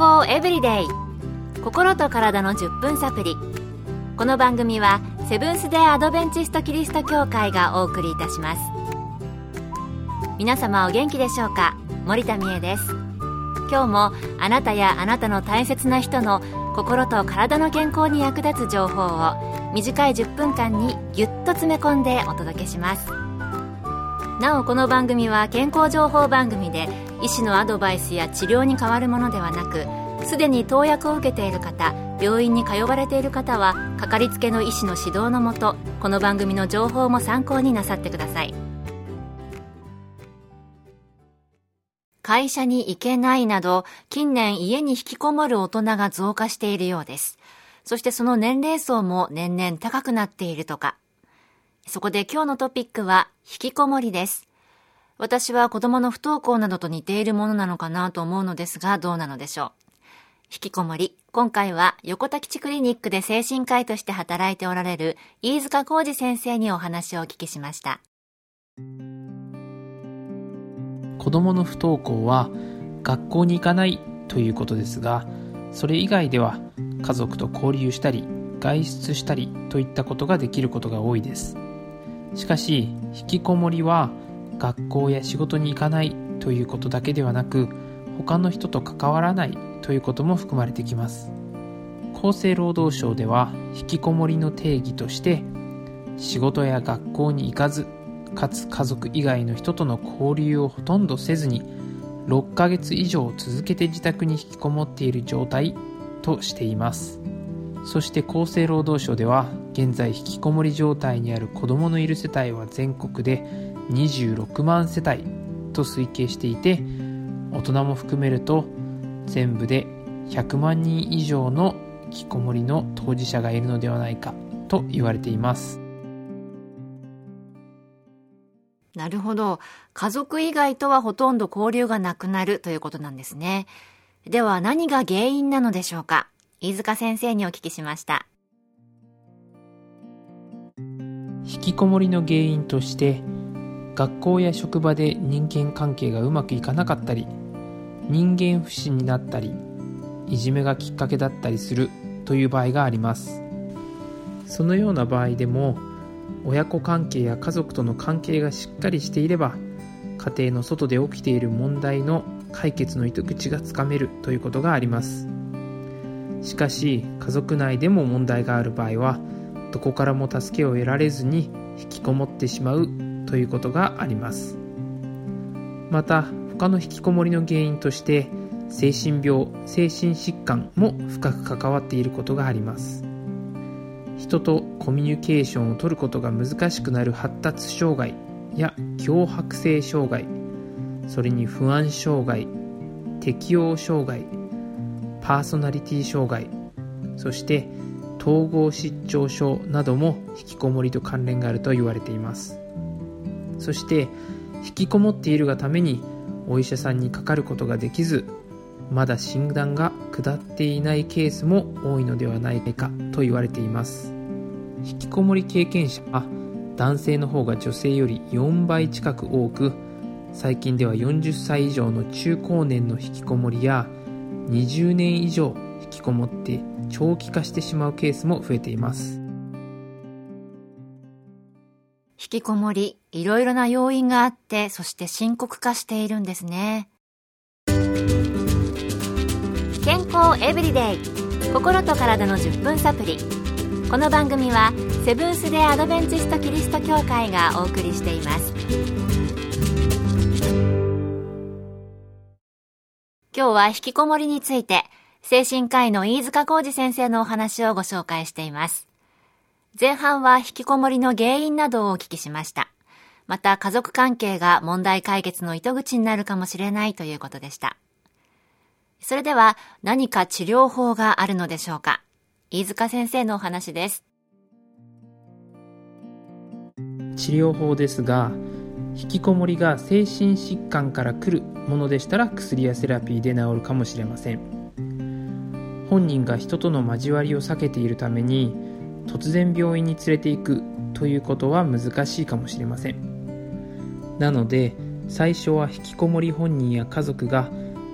康エブリデイ、心と体の10分サプリ。この番組はセブンス・デー・アドベンチスト・キリスト教会がお送りいたします。皆様お元気でしょうか。森田美恵です。今日もあなたやあなたの大切な人の心と体の健康に役立つ情報を短い10分間にぎゅっと詰め込んでお届けします。なおこの番組は健康情報番組で医師のアドバイスや治療に代わるものではなく、すでに投薬を受けている方、病院に通われている方はかかりつけの医師の指導のもと、この番組の情報も参考になさってください。会社に行けないなど近年家に引きこもる大人が増加しているようです。そしてその年齢層も年々高くなっているとか。そこで今日のトピックは引きこもりです。私は子供の不登校などと似ているものなのかなと思うのですが、どうなのでしょう。引きこもり、今回は横田基地クリニックで精神科医として働いておられる飯塚浩二先生にお話をお聞きしました。 子供の不登校は学校に行かないということですが、それ以外では家族と交流したり外出したりといったことができることが多いです。しかし引きこもりは学校や仕事に行かないということだけではなく、他の人と関わらないということも含まれてきます。厚生労働省では引きこもりの定義として、仕事や学校に行かず、かつ家族以外の人との交流をほとんどせずに6ヶ月以上続けて自宅に引きこもっている状態としています。そして厚生労働省では現在引きこもり状態にある子どものいる世帯は全国で26万世帯と推計していて、大人も含めると全部で100万人以上の引きこもりの当事者がいるのではないかと言われています。 なるほど。家族以外とはほとんど交流がなくなるということなんですね。では何が原因なのでしょうか。飯塚先生にお聞きしました。 引きこもりの原因として、学校や職場で人間関係がうまくいかなかったり、人間不信になったり、いじめがきっかけだったりするという場合があります。そのような場合でも、親子関係や家族との関係がしっかりしていれば、家庭の外で起きている問題の解決の糸口がつかめるということがあります。しかし家族内でも問題がある場合は、どこからも助けを得られずに引きこもってしまうということがあります。また他の引きこもりの原因として、精神病、精神疾患も深く関わっていることがあります。人とコミュニケーションを取ることが難しくなる発達障害や強迫性障害、それに不安障害、適応障害、パーソナリティ障害、そして統合失調症なども引きこもりと関連があると言われています。そして引きこもっているがためにお医者さんにかかることができず、まだ診断が下っていないケースも多いのではないかと言われています。引きこもり経験者は男性の方が女性より4倍近く多く、最近では40歳以上の中高年の引きこもりや20年以上引きこもって長期化してしまうケースも増えています。 引きこもり、いろいろな要因があって、そして深刻化しているんですね。健康エブリデイ、心と体の10分サプリ。この番組はセブンス・デー・アドベンチスト・キリスト教会がお送りしています。今日は引きこもりについて、精神科医の飯塚浩二先生のお話をご紹介しています。前半は引きこもりの原因などをお聞きしました。また家族関係が問題解決の糸口になるかもしれないということでした。それでは何か治療法があるのでしょうか。飯塚先生のお話です。 治療法ですが、引きこもりが精神疾患から来るものでしたら薬やセラピーで治るかもしれません。本人が人との交わりを避けているために突然病院に連れて行くということは難しいかもしれません。なので最初は引きこもり本人や家族が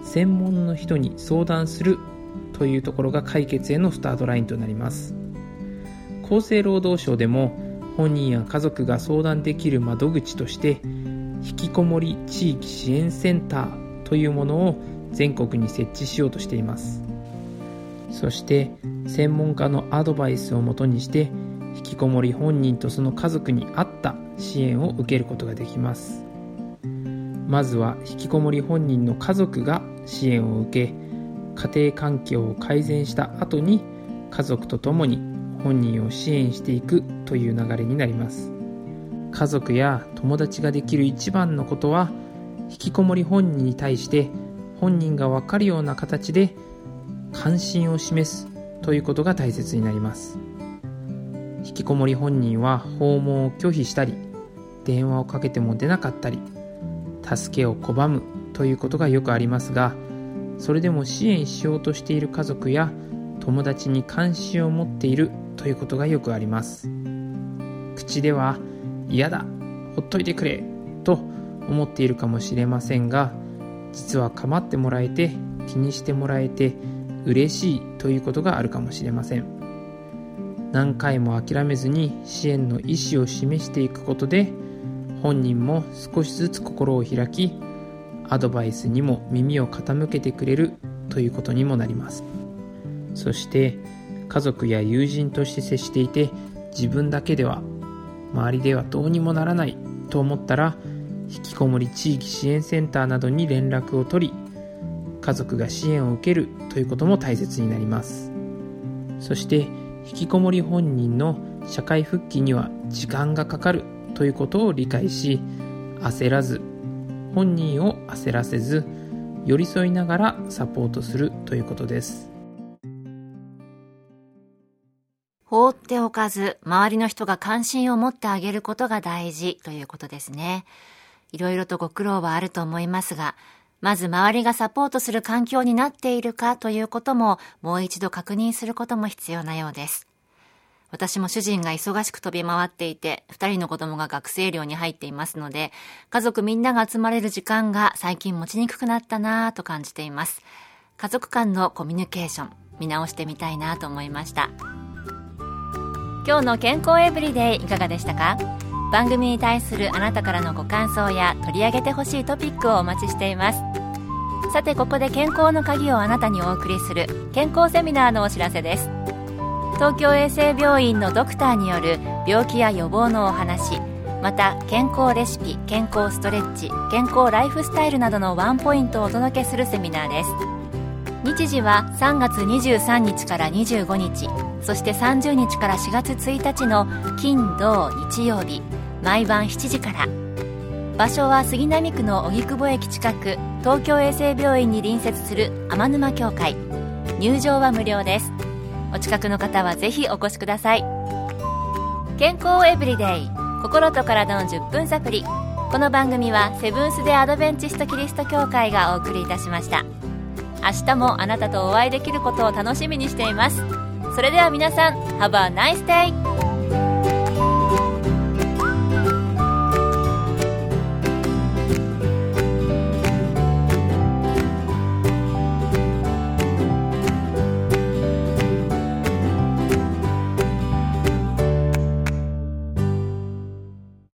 専門の人に相談するというところが解決へのスタートラインとなります。厚生労働省でも本人や家族が相談できる窓口として引きこもり地域支援センターというものを全国に設置しようとしています。そして専門家のアドバイスをもとにして引きこもり本人とその家族に合った支援を受けることができます。まずは引きこもり本人の家族が支援を受け、家庭環境を改善した後に家族と共に本人を支援していくという流れになります。家族や友達ができる一番のことは、引きこもり本人に対して本人が分かるような形で関心を示すということが大切になります。引きこもり本人は訪問を拒否したり、電話をかけても出なかったり、助けを拒むということがよくありますが、それでも支援しようとしている家族や友達に関心を持っているということがよくあります。口では嫌だ、ほっといてくれと思っているかもしれませんが、実は構ってもらえて気にしてもらえて嬉しいということがあるかもしれません。何回も諦めずに支援の意思を示していくことで、本人も少しずつ心を開き、アドバイスにも耳を傾けてくれるということにもなります。そして家族や友人として接していて、自分だけでは周りではどうにもならないと思ったら、引きこもり地域支援センターなどに連絡を取り、家族が支援を受けるということも大切になります。そして引きこもり本人の社会復帰には時間がかかるということを理解し、焦らず、本人を焦らせず、寄り添いながらサポートするということです。 放っておかず、周りの人が関心を持ってあげることが大事ということですね。いろいろとご苦労はあると思いますが、まず周りがサポートする環境になっているかということももう一度確認することも必要なようです。私も主人が忙しく飛び回っていて、2人の子供が学生寮に入っていますので、家族みんなが集まれる時間が最近持ちにくくなったなぁと感じています。家族間のコミュニケーション、見直してみたいなと思いました。今日の健康エブリデイいかがでしたか？番組に対するあなたからのご感想や取り上げてほしいトピックをお待ちしています。さて、ここで健康の鍵をあなたにお送りする健康セミナーのお知らせです。東京衛生病院のドクターによる病気や予防のお話、また健康レシピ、健康ストレッチ、健康ライフスタイルなどのワンポイントをお届けするセミナーです。日時は3月23日から25日、そして30日から4月1日の金土日曜日、毎晩7時から。場所は杉並区の荻窪駅近く、東京衛生病院に隣接する天沼協会。入場は無料です。お近くの方はぜひお越しください。健康エブリデイ、心と体の10分サプリ。この番組はセブンス・デ・アドベンチスト・キリスト教会がお送りいたしました。明日もあなたとお会いできることを楽しみにしています。それでは皆さん、Have a nice day!